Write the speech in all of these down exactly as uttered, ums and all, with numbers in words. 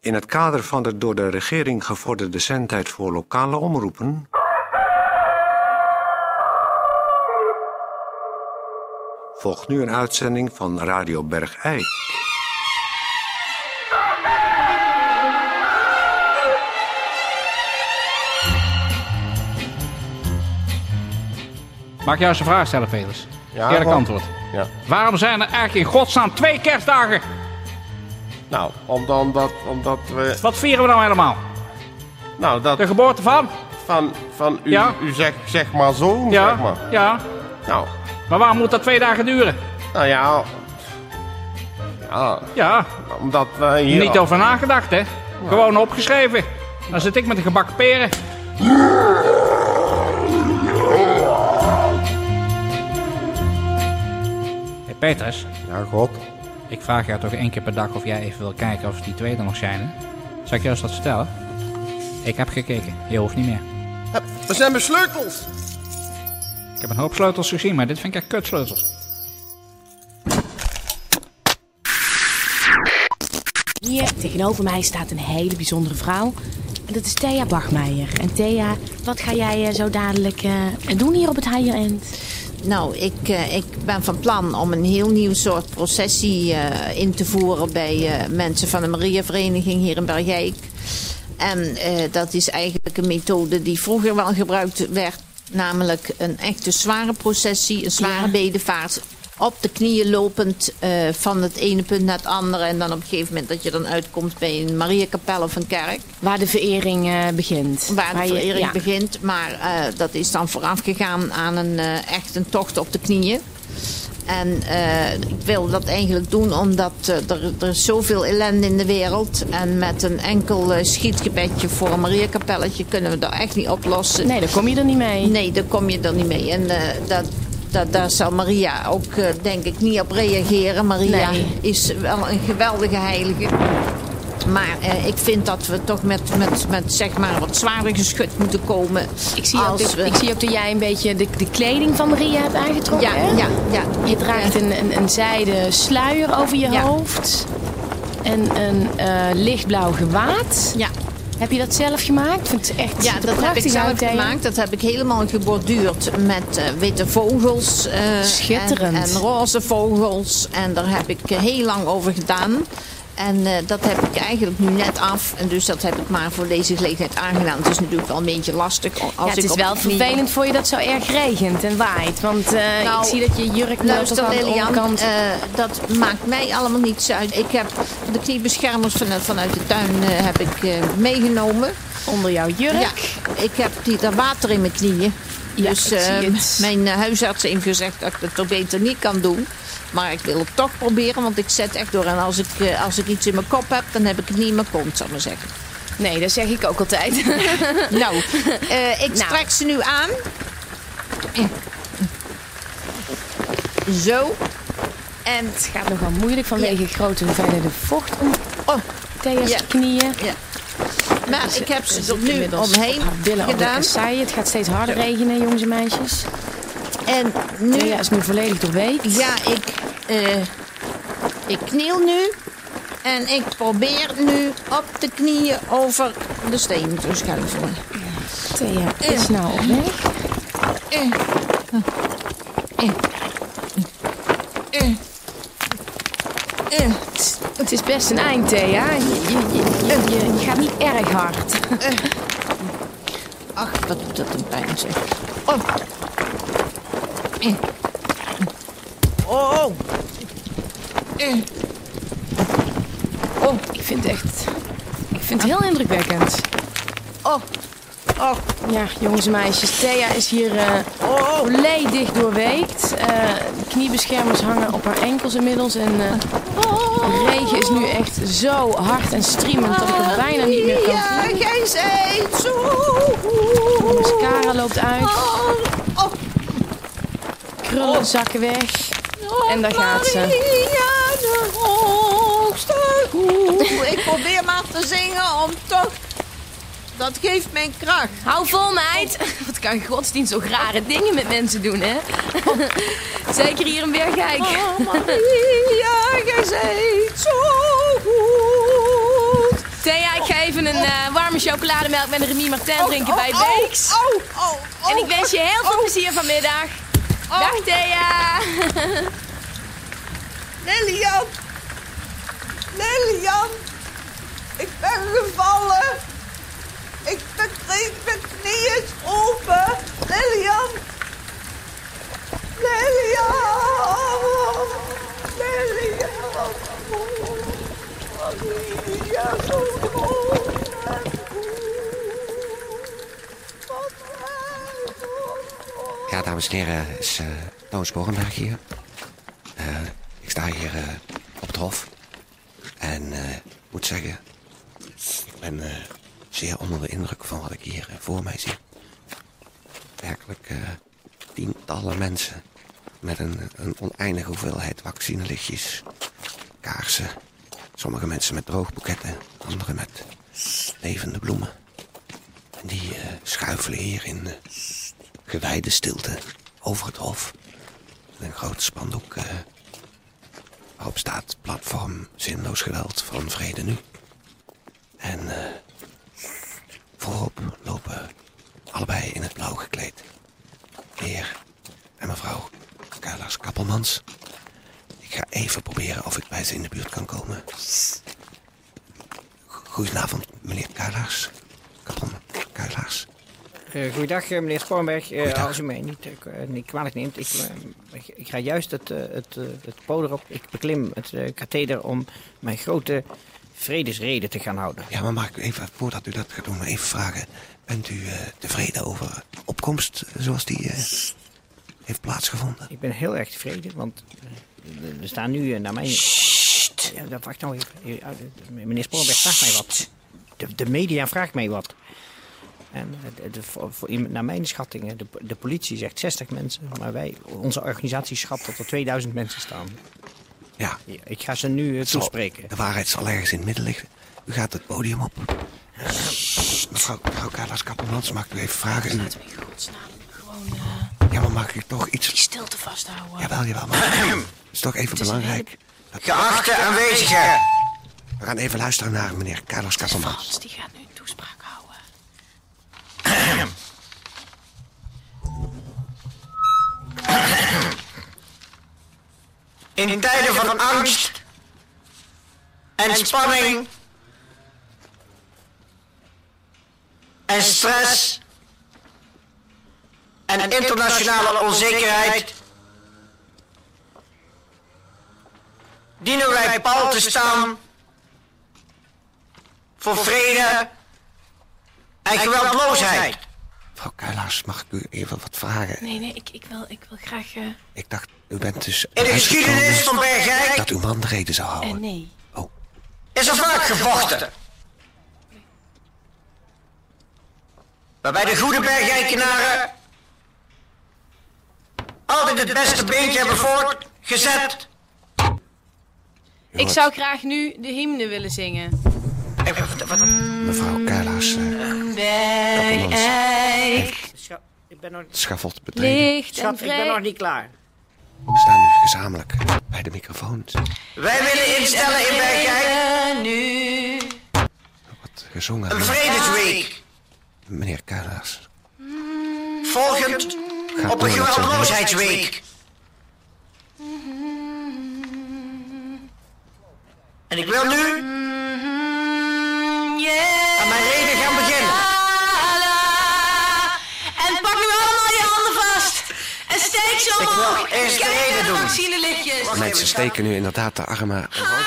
In het kader van de door de regering gevorderde zendtijd voor lokale omroepen volgt nu een uitzending van Radio Bergijk. Mag ik jou eens een vraag stellen, Felix? Ja, Eerlijk antwoord. Ja. Waarom zijn er eigenlijk in godsnaam twee kerstdagen? Nou, omdat, omdat, omdat we... Wat vieren we nou helemaal? Nou, dat... De geboorte van? Van, van u, Ja. u zegt zeg maar zoon, Ja, zeg maar. ja. Nou, Maar waarom moet dat twee dagen duren? nou ja... Ja, Ja, omdat we hier... niet over nagedacht, hè? Gewoon opgeschreven. Dan zit ik met de gebakken peren. Hey Peters, Ja, god. ik vraag jou toch één keer per dag of jij even wil kijken of die twee er nog zijn, hè? Zal ik jou eens wat vertellen? Ik heb gekeken, je hoeft niet meer. Waar zijn mijn sleutels? Ik heb een hoop sleutels gezien, maar dit vind ik echt kutsleutels. Hier tegenover mij staat een hele bijzondere vrouw. En dat is Thea Bachmeijer. En Thea, wat ga jij uh, zo dadelijk uh, doen hier op het Higher End? Nou, ik, uh, ik ben van plan om een heel nieuw soort processie uh, in te voeren bij uh, mensen van de Mariavereniging hier in Bergijk. En uh, dat is eigenlijk een methode die vroeger wel gebruikt werd. Namelijk een echte zware processie, een zware Ja. bedevaart. Op de knieën lopend uh, van het ene punt naar het andere. En dan op een gegeven moment dat je dan uitkomt bij een Mariakapel of een kerk. Waar de verering uh, begint. Waar de je- verering ja. begint. Maar uh, dat is dan vooraf gegaan aan een uh, echt een tocht op de knieën. En uh, ik wil dat eigenlijk doen omdat uh, er, er is zoveel ellende in de wereld. En met een enkel uh, schietgebedje voor een Mariakapelletje kunnen we dat echt niet oplossen. Nee, daar kom je er niet mee. Nee, daar kom je er niet mee. En uh, dat, dat, daar zal Maria ook uh, denk ik niet op reageren. Maria Nee. is wel een geweldige heilige. Maar uh, ik vind dat we toch met, met, met zeg maar wat zwaarder geschut moeten komen. Ik zie, ook als dat, we... ik zie ook dat jij een beetje de, de kleding van Maria hebt aangetrokken. Ja, hè? ja, ja. Je draagt een, een, een zijden sluier over je Ja. hoofd. En een uh, lichtblauw gewaad. Ja. Heb je dat zelf gemaakt? Ik vind het echt Ja, dat heb ik prachtig zelf uit, Thea. gemaakt. Dat heb ik helemaal geborduurd met uh, witte vogels. uh, Schitterend. En, en roze vogels. En daar heb ik uh, heel lang over gedaan. En uh, dat heb ik eigenlijk nu net af. En dus dat heb ik maar voor deze gelegenheid aangedaan. Het is natuurlijk wel een beetje lastig. Als Ja, het ik is op wel de knieën- vervelend voor je dat zo erg regent en waait. Want uh, Nou, ik zie dat je jurk nu ook Luister aan de Lilian, onderkant... uh, dat maakt mij allemaal niets uit. Ik heb de kniebeschermers vanuit, vanuit de tuin uh, heb ik uh, meegenomen. onder jouw jurk. Ja, ik heb die, daar water in mijn knieën. Ja, dus ik zie uh, het. mijn uh, huisarts heeft gezegd dat ik het toch beter niet kan doen. Maar ik wil het toch proberen, want ik zet echt door. En als ik, uh, als ik iets in mijn kop heb, dan heb ik het niet in mijn kont, zal ik maar zeggen. Nee, dat zeg ik ook altijd. Nou, uh, ik Nou. strek ze nu aan. Zo. En, Het gaat nogal moeilijk vanwege grote hoeveelheden vocht om oh, Thea's Ja. knieën. ja. Maar Dus, ik heb ze er er zit nu inmiddels omheen op haar billen op de gedaan. kasseien. Het gaat steeds harder regenen, jongens en meisjes. En nu... Thea is nu volledig doorweekt. Ja, ik, uh, ik kniel nu en ik probeer nu op de knieën over de steen te schuiven. Thea is nou op weg. Uh, uh, uh, uh, Het is best een eind, Thea. Je, je, je, je, je, je gaat niet erg hard. Ach, wat doet dat een pijn, zeg. Oh. Uh. Oh. Uh. Oh, ik vind het echt... Ik vind het heel indrukwekkend. Oh. Oh. Ja, jongens en meisjes. Thea is hier uh, Oh. volledig doorweekt. Uh, de kniebeschermers hangen op haar enkels inmiddels. En uh, de regen is nu echt zo hard en streamend dat ik het bijna niet meer kan Ja, zien. gij zijt zo De mascara loopt uit. Oh. Krullen zakken weg. En daar gaat ze. Maria, de hoogste goed. Ik probeer maar te zingen om toch... Dat geeft mijn kracht. Hou vol, meid. Wat kan godsdienst zo rare dingen met mensen doen, hè? Zeker hier in Bergijk. Oh, Maria, gij zijt zo goed. Thea, even een uh, warme chocolademelk met een Remy Martin oh, drinken oh, bij oh, Beeks. Oh, oh, oh, en ik wens je heel veel oh, plezier vanmiddag. Oh. Dag Thea. Lilian. Lilian. Ik ben gevallen. Ik ben, mijn knie is open. Lilian. Lilian. Lilian. Ja, dames en heren, is uh, Toon Sporenberg hier. Uh, ik sta hier uh, op het hof. En uh, ik moet zeggen, ik ben uh, zeer onder de indruk van wat ik hier uh, voor mij zie. Werkelijk uh, tientallen mensen met een, een oneindige hoeveelheid vaccinelichtjes, kaarsen. Sommige mensen met droogboeketten, anderen met levende bloemen. En die uh, schuifelen hier in uh, gewijde stilte over het hof. Met een groot spandoek uh, waarop staat platform zinloos geweld van vrede nu. En uh, voorop lopen allebei in het blauw gekleed. Heer en mevrouw Kailers Kappelmans. Ik ga even proberen of ik bij ze in de buurt kan komen. Goedenavond, meneer Kailers. Kappelman, Kailers. Uh, goeiedag, meneer Sporenberg. Uh, als u mij niet, uh, niet kwalijk neemt, ik, uh, ik, ik ga juist het, uh, het, uh, het podium op. Ik beklim het uh, katheder om mijn grote vredesrede te gaan houden. Ja, maar mag ik even, voordat u dat gaat doen, even vragen. Bent u uh, tevreden over opkomst zoals die uh, heeft plaatsgevonden? Ik ben heel erg tevreden, want uh, er staan nu uh, naar mijn... Sst. Ja, dat wacht nou even. Uh, meneer Sporenberg vraagt mij wat. De, de media vraagt mij wat. En de, de, voor, voor, naar mijn schattingen, de, de politie zegt zestig mensen, maar wij, onze organisatie schat dat er tweeduizend mensen staan. Ja. Ik ga ze nu uh, toespreken. De waarheid zal ergens in het midden liggen. U gaat het podium op. Uh, mevrouw, mevrouw Kailers Kappelmans, mag ik u even vragen? Laten we in godsnaam gewoon... Uh, ja, maar mag ik toch iets... Die stilte vasthouden. Jawel, jawel, maar het is toch even is belangrijk. Dat... Geachte aanwezigen. We gaan even luisteren naar meneer Kailers Kappelmans. Frans, die gaat nu een toespraak houden. In tijden van angst en spanning en stress en internationale onzekerheid dienen wij pal te staan voor vrede en geweldloosheid. Mevrouw Kailers, mag ik u even wat vragen? Nee, nee, ik, ik, wil, ik wil graag... Uh... Ik dacht, u bent dus... In de geschiedenis van Bergijk... dat uw man de reden zou houden. Uh, nee. Oh. Is er vaak gevochten. Waarbij de goede Bergijkenaren altijd het beste beentje hebben voortgezet. Ik zou graag nu de hymne willen zingen. Mevrouw Kailers, uh, Bergijk. Scha ik ben nog... Schafot betreden. Licht Schat, ik ben nog niet klaar. We staan nu gezamenlijk bij de microfoons. Wij willen instellen in Bergijk nu wat gezongen. Een vredesweek. Meneer Kailers. Volgend op een geweldloosheidsweek. En ik wil nu yeah. aan mijn reden gaan beginnen. En pak nu allemaal je handen vast. En steek ze omhoog. Ik wil eerst de reden doen. Vaccinelichtjes. Mensen steken nu inderdaad de armen omhoog.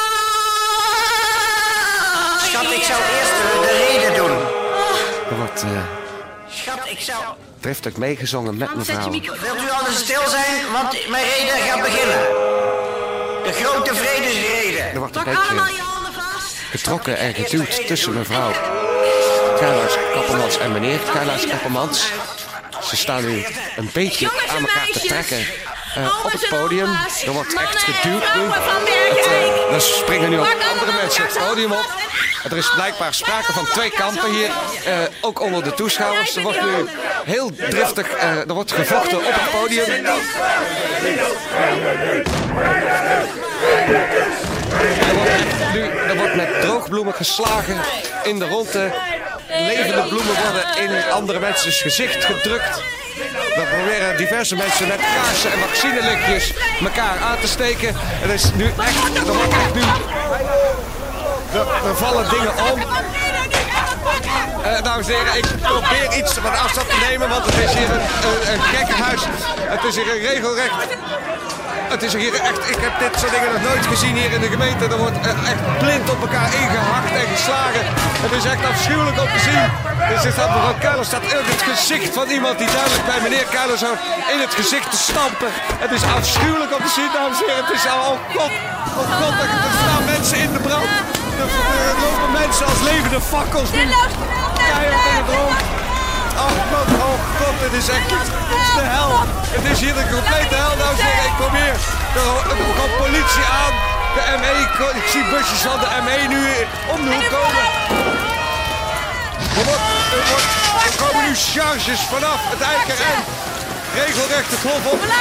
Schat, ik zou eerst de reden doen. Er wordt uh, Schat, ik zou... driftig meegezongen met mevrouw. Wilt u alles stil zijn, want mijn reden gaat beginnen. De grote vredesrede. Er wordt een beetje getrokken en geduwd tussen mevrouw Kailers Kappelmans en meneer Kailers Kappelmans. Ze staan nu een beetje aan elkaar te trekken uh, op het podium. Er wordt echt geduwd nu. Het, uh, er springen nu ook andere mensen het podium op. Er is blijkbaar sprake van twee kampen hier, uh, ook onder de toeschouwers. Er wordt nu heel driftig, uh, er wordt gevochten op het podium. Er wordt, nu, er wordt wordt met droogbloemen geslagen in de ronde. Levende bloemen worden in andere mensen's gezicht gedrukt. We proberen diverse mensen met kaarsen en vaccinelichtjes elkaar aan te steken. Het is nu echt, er wordt echt nu... Er, er vallen dingen om. Uh, dames en heren, ik probeer iets van afstand te nemen, want het is hier een, een, een gekkenhuis. Het is hier een regelrecht... Het is hier echt... Ik heb dit soort dingen nog nooit gezien hier in de gemeente. Er wordt uh, echt blind op elkaar ingehakt en geslagen. Het is echt afschuwelijk om te zien. Dus er staat mevrouw Kuilers, staat in het gezicht van iemand die duidelijk bij meneer Kuilers hoort in het gezicht te stampen. Het is afschuwelijk om te zien, dames en heren. Het is al... Oh god, oh god, er staan mensen in de brand. Er lopen mensen als levende fakkels nu. Keihard in het rond. Oh god, oh god, dit is echt dit is de hel. Het is hier de complete hel, dames en heren. Ik probeer, er komt politie aan. De M E, ik zie busjes van de M E nu om de hoek komen. Er, wordt, er, wordt, er komen nu charges vanaf het Eikerend. Regelrecht het hof op.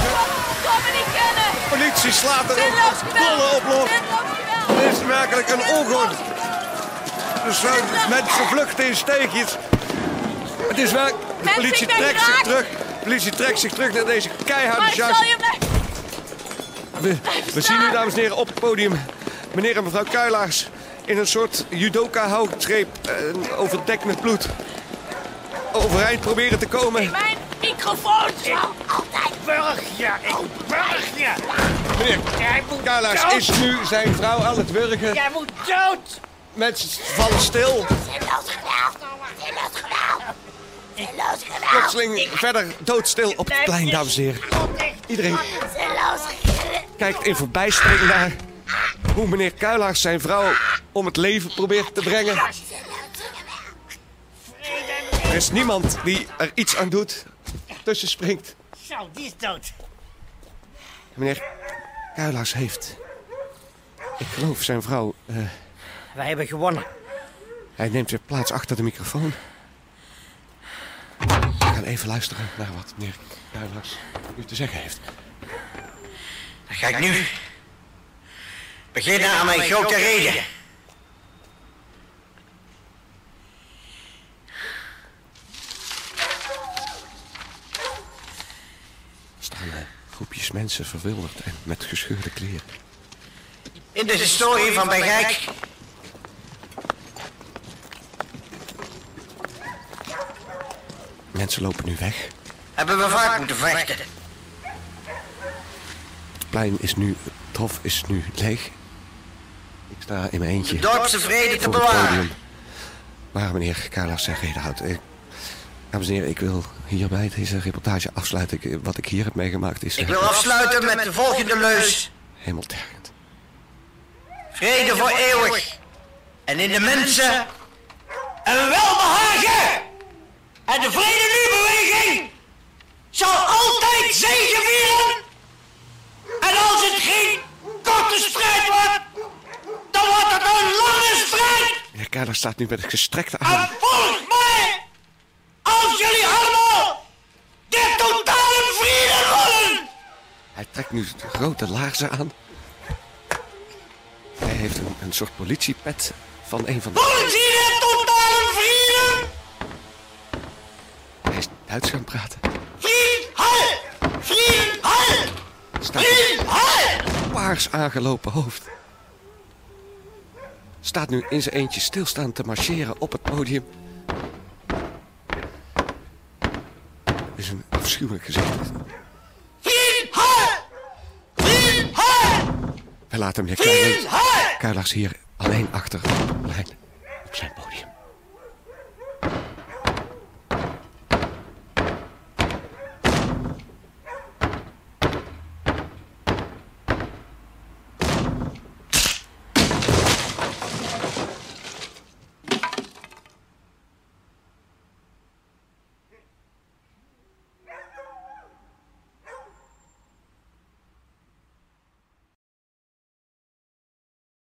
De politie slaat er ook bollen op los. Het is werkelijk een ongehoord. Dus mensen vluchten in steegjes. Het is wel... De politie trekt zich terug. De politie trekt zich terug naar deze keiharde charge. We, we zien nu, dames en heren, op het podium meneer en mevrouw Kuilers in een soort judoka-houtgreep, uh, overdekt met bloed, overeind proberen te komen. Mijn microfoon zal altijd burg je. Ik burg je. Meneer Kuilers is nu zijn vrouw aan het wurgen. Jij moet dood. Mensen vallen stil. Plotseling verder doodstil op het plein, dames en heren. Iedereen kijkt in verbijstering naar hoe meneer Kuilers zijn vrouw om het leven probeert te brengen. Er is niemand die er iets aan doet, tussen springt. Zo, die is dood. Meneer Kuilers heeft, ik geloof zijn vrouw... Uh, Wij hebben gewonnen. Hij neemt weer plaats achter de microfoon. We gaan even luisteren naar wat meneer Kuilers u te zeggen heeft. Dan ga ik nu beginnen aan mijn grote reden. Er staan uh, groepjes mensen verwilderd en met gescheurde kleren. In de historie van Bergijk mensen lopen nu weg. Hebben we vaak moeten vechten. Het plein is nu, het hof is nu leeg. Ik sta in mijn eentje. De dorpse vrede te voor het bewaren. podium waar meneer Kuilers zijn reden houdt. Ik, dames en heren, ik wil hierbij deze reportage afsluiten. Ik, wat ik hier heb meegemaakt is... Ik wil afsluiten met de volgende leus. Hemeltergend. Vrede voor eeuwig. En in de mensen een welbehagen. En de Vrede Nu-beweging zal altijd zegevieren. En als het geen korte strijd wordt, dan wordt het een lange strijd. Meneer Kuilers staat nu met een gestrekte En arm. volg mij als jullie allemaal de totale vrede willen. Hij trekt nu grote laarzen aan. Hij heeft een, een soort politiepet van een van de... Volgens hier de totale vrede. Hij is Duits gaan praten. Vriend, hal! Vriend, hal! Staat Vriend, hal! een paars aangelopen hoofd. Staat nu in zijn eentje stilstaan te marcheren op het podium. Het is een afschuwelijk gezicht. Vriend, hal! Vriend, hal! Wij laten meneer Vriend, hal! Kuilers hier alleen achter op het plein op zijn podium.